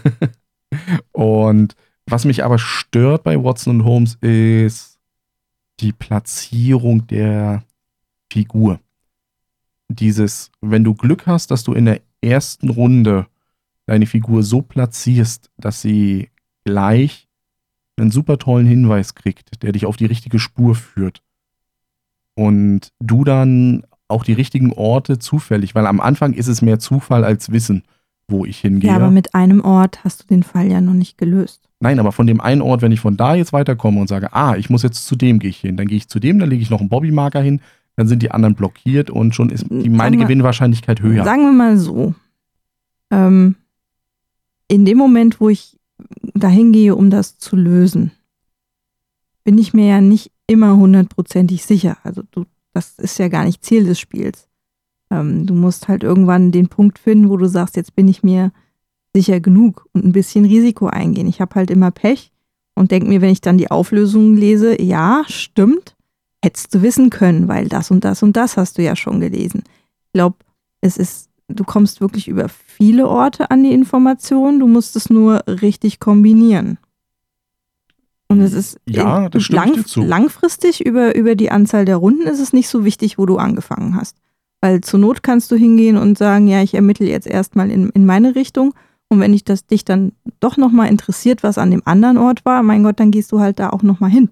Und was mich aber stört bei Watson und Holmes ist die Platzierung der Figur. Dieses, wenn du Glück hast, dass du in der ersten Runde deine Figur so platzierst, dass sie gleich einen super tollen Hinweis kriegt, der dich auf die richtige Spur führt. Und du dann auch die richtigen Orte zufällig, weil am Anfang ist es mehr Zufall als Wissen, wo ich hingehe. Ja, aber mit einem Ort hast du den Fall ja noch nicht gelöst. Nein, aber von dem einen Ort, wenn ich von da jetzt weiterkomme und sage, ah, ich muss jetzt zu dem gehe ich hin, dann gehe ich zu dem, dann lege ich noch einen Bobby-Marker hin, dann sind die anderen blockiert und schon ist die, meine wir, Gewinnwahrscheinlichkeit höher. Sagen wir mal so, ähm, in dem Moment, wo ich dahin gehe, um das zu lösen, bin ich mir ja nicht immer hundertprozentig sicher. Also du, das ist ja gar nicht Ziel des Spiels. Ähm, du musst halt irgendwann den Punkt finden, wo du sagst, jetzt bin ich mir sicher genug und ein bisschen Risiko eingehen. Ich habe halt immer Pech und denke mir, wenn ich dann die Auflösung lese, ja, stimmt, hättest du wissen können, weil das und das und das hast du ja schon gelesen. Ich glaube, es ist, du kommst wirklich über viele Orte an die Informationen, du musst es nur richtig kombinieren. Und es ist ja, das stimmt lang, dir zu. langfristig über, über die Anzahl der Runden ist es nicht so wichtig, wo du angefangen hast. Weil zur Not kannst du hingehen und sagen, ja, ich ermittle jetzt erstmal in, in meine Richtung. Und wenn ich das, dich dann doch nochmal interessiert, was an dem anderen Ort war, mein Gott, dann gehst du halt da auch nochmal hin.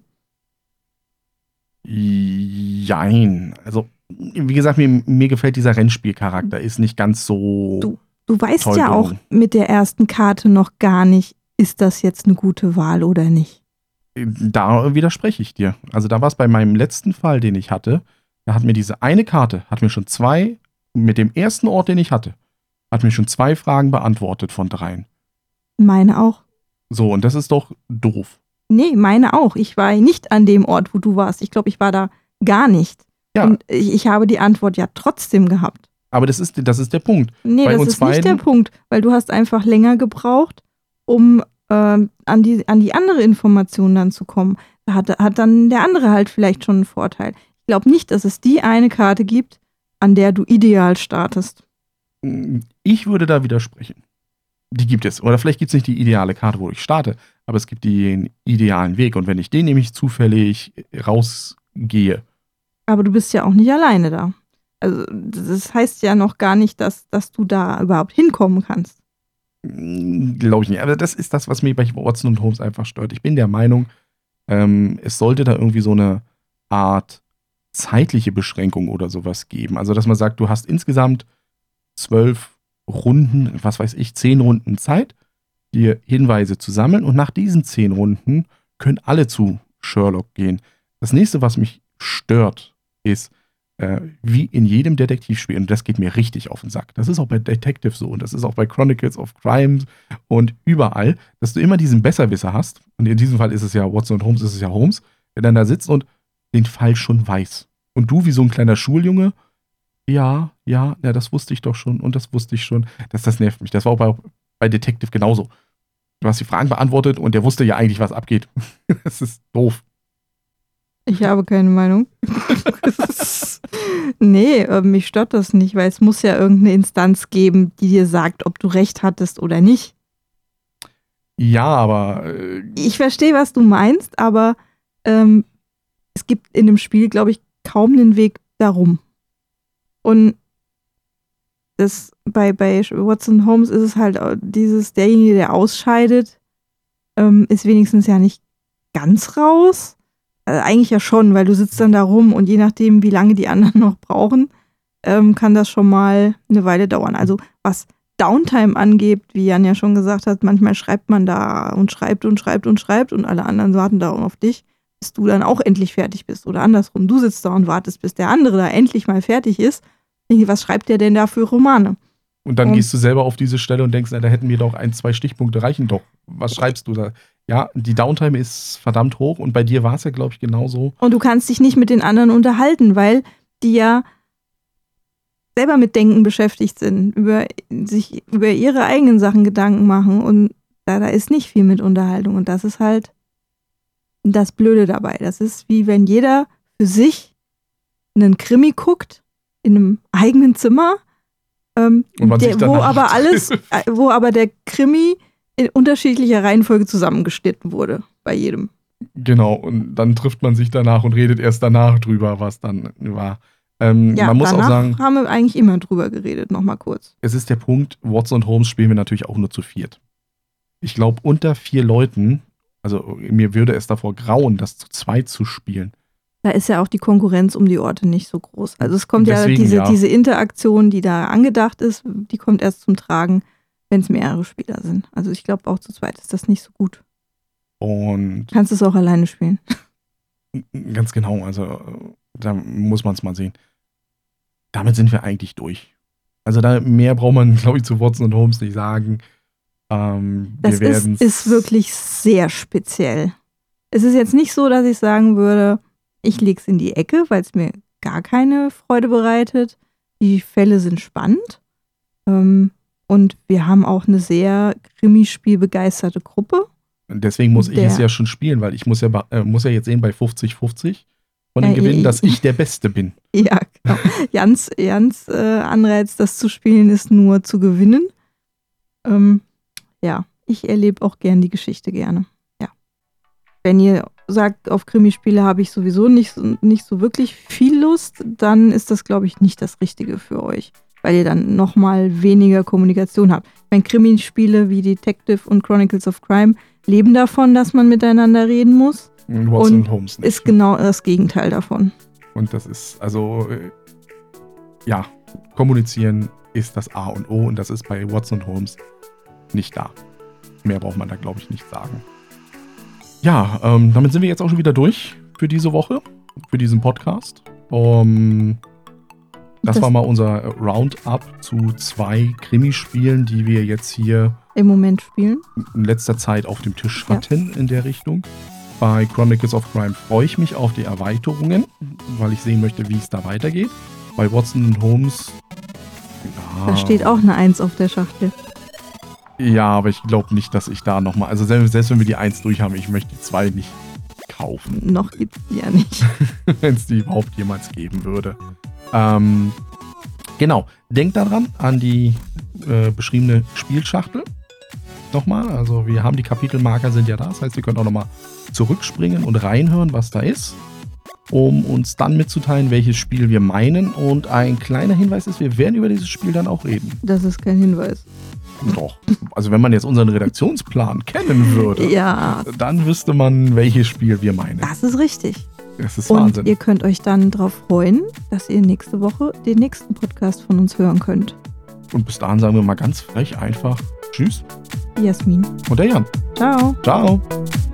Jein. Also, wie gesagt, mir, mir gefällt dieser Rennspielcharakter, ist nicht ganz so. Du, du weißt toll ja auch gelungen. mit der ersten Karte noch gar nicht, ist das jetzt eine gute Wahl oder nicht. Da widerspreche ich dir. Also, da war es bei meinem letzten Fall, den ich hatte, da hat mir diese eine Karte, hat mir schon zwei, mit dem ersten Ort, den ich hatte, hat mir schon zwei Fragen beantwortet von dreien. Meine auch. So, und das ist doch doof. Nee, meine auch. Ich war nicht an dem Ort, wo du warst. Ich glaube, ich war da gar nicht. Ja. Und ich, ich habe die Antwort ja trotzdem gehabt. Aber das ist, das ist der Punkt. Nee, Bei das uns ist nicht beiden- der Punkt, weil du hast einfach länger gebraucht, um ähm, an, die, an die andere Information dann zu kommen. Da hat, hat dann der andere halt vielleicht schon einen Vorteil. Ich glaube nicht, dass es die eine Karte gibt, an der du ideal startest. Ich würde da widersprechen. Die gibt es. Oder vielleicht gibt es nicht die ideale Karte, wo ich starte, aber es gibt den idealen Weg. Und wenn ich den nämlich zufällig rausgehe. Aber du bist ja auch nicht alleine da. Also das heißt ja noch gar nicht, dass, dass du da überhaupt hinkommen kannst. Glaube ich nicht. Aber das ist das, was mich bei Watson und Holmes einfach stört. Ich bin der Meinung, ähm, es sollte da irgendwie so eine Art zeitliche Beschränkung oder sowas geben. Also, dass man sagt, du hast insgesamt zwölf Runden, was weiß ich, zehn Runden Zeit, dir Hinweise zu sammeln und nach diesen zehn Runden können alle zu Sherlock gehen. Das nächste, was mich stört, ist, äh, wie in jedem Detektivspiel, und das geht mir richtig auf den Sack, das ist auch bei Detective so und das ist auch bei Chronicles of Crime und überall, dass du immer diesen Besserwisser hast, und in diesem Fall ist es ja Watson und Holmes, ist es ja Holmes, der dann da sitzt und den Fall schon weiß. Und du wie so ein kleiner Schuljunge, ja, ja, ja, das wusste ich doch schon und das wusste ich schon. Das, das nervt mich. Das war auch bei, bei Detective genauso. Du hast die Fragen beantwortet und der wusste ja eigentlich, was abgeht. Das ist doof. Ich habe keine Meinung. Nee, äh, mich stört das nicht, weil es muss ja irgendeine Instanz geben, die dir sagt, ob du recht hattest oder nicht. Ja, aber äh, Ich verstehe, was du meinst, aber ähm, es gibt in dem Spiel, glaube ich, kaum einen Weg darum. Und das bei, bei Watson Holmes ist es halt dieses, derjenige, der ausscheidet, ähm, ist wenigstens ja nicht ganz raus. Also eigentlich ja schon, weil du sitzt dann da rum und je nachdem, wie lange die anderen noch brauchen, ähm, kann das schon mal eine Weile dauern. Also was Downtime angeht, wie Jan ja schon gesagt hat, manchmal schreibt man da und schreibt und schreibt und schreibt und alle anderen warten da auf dich, bis du dann auch endlich fertig bist. Oder andersrum, du sitzt da und wartest, bis der andere da endlich mal fertig ist. Was schreibt der denn da für Romane? Und dann Und- gehst du selber auf diese Stelle und denkst, na, da hätten wir doch ein, zwei Stichpunkte reichen doch. Was schreibst du da? Ja, die Downtime ist verdammt hoch und bei dir war es ja, glaube ich, genauso. Und du kannst dich nicht mit den anderen unterhalten, weil die ja selber mit Denken beschäftigt sind, über sich über ihre eigenen Sachen Gedanken machen und da, da ist nicht viel mit Unterhaltung und das ist halt das Blöde dabei. Das ist wie wenn jeder für sich einen Krimi guckt, in einem eigenen Zimmer, ähm, der, wo aber alles, äh, wo aber der Krimi in unterschiedlicher Reihenfolge zusammengeschnitten wurde bei jedem. Genau, und dann trifft man sich danach und redet erst danach drüber, was dann war. Ähm, ja, man muss danach auch sagen, haben wir eigentlich immer drüber geredet, nochmal kurz. Es ist der Punkt, Watson und Holmes spielen wir natürlich auch nur zu viert. Ich glaube, unter vier Leuten, also mir würde es davor grauen, das zu zweit zu spielen. Da ist ja auch die Konkurrenz um die Orte nicht so groß. Also es kommt Deswegen, ja, diese, ja, diese Interaktion, die da angedacht ist, die kommt erst zum Tragen, wenn es mehrere Spieler sind. Also ich glaube, auch zu zweit ist das nicht so gut. Und kannst du es auch alleine spielen. Ganz genau, also da muss man es mal sehen. Damit sind wir eigentlich durch. Also da mehr braucht man, glaube ich, zu Watson und Holmes nicht sagen. Ähm, das wir ist, ist wirklich sehr speziell. Es ist jetzt nicht so, dass ich sagen würde, ich lege es in die Ecke, weil es mir gar keine Freude bereitet. Die Fälle sind spannend. Ähm, und wir haben auch eine sehr Krimispiel-begeisterte Gruppe. Deswegen muss ich Der, es ja schon spielen, weil ich muss ja, äh, muss ja jetzt sehen bei fünfzig fünfzig von den äh, Gewinnen, ich, dass ich der Beste bin. Ja, genau. Jans, Jans äh, Anreiz, das zu spielen, ist nur zu gewinnen. Ähm, ja, ich erlebe auch gern die Geschichte gerne. Ja. Wenn ihr sagt, auf Krimispiele habe ich sowieso nicht, nicht so wirklich viel Lust, dann ist das, glaube ich, nicht das Richtige für euch, weil ihr dann nochmal weniger Kommunikation habt. Wenn Krimispiele wie Detective und Chronicles of Crime leben davon, dass man miteinander reden muss. Watson und Holmes nicht. Ist genau das Gegenteil davon. Und das ist, also, äh, ja, kommunizieren ist das A und O und das ist bei Watson und Holmes nicht da. Mehr braucht man da, glaube ich, nicht sagen. Ja, ähm, damit sind wir jetzt auch schon wieder durch für diese Woche, für diesen Podcast. Um, das, das war mal unser Roundup zu zwei Krimispielen, die wir jetzt hier im Moment spielen. In letzter Zeit auf dem Tisch hatten, ja, in der Richtung. Bei Chronicles of Crime freue ich mich auf die Erweiterungen, weil ich sehen möchte, wie es da weitergeht. Bei Watson und Holmes, ja, da steht auch eine eins auf der Schachtel. Ja, aber ich glaube nicht, dass ich da nochmal, also selbst, selbst wenn wir die eins durch haben, ich möchte die zwei nicht kaufen. Noch gibt es die ja nicht. Wenn es die überhaupt jemals geben würde. Ähm, genau, denkt daran, an die äh, beschriebene Spielschachtel. Nochmal, also wir haben die Kapitelmarker, sind ja da, das heißt, ihr könnt auch nochmal zurückspringen und reinhören, was da ist, um uns dann mitzuteilen, welches Spiel wir meinen. Und ein kleiner Hinweis ist, wir werden über dieses Spiel dann auch reden. Das ist kein Hinweis. Doch, also wenn man jetzt unseren Redaktionsplan kennen würde, ja, dann wüsste man, welches Spiel wir meinen. Das ist richtig. Das ist und Wahnsinn. Ihr könnt euch dann darauf freuen, dass ihr nächste Woche den nächsten Podcast von uns hören könnt. Und bis dahin sagen wir mal ganz frech einfach Tschüss. Jasmin. Und der Jan. Ciao. Ciao.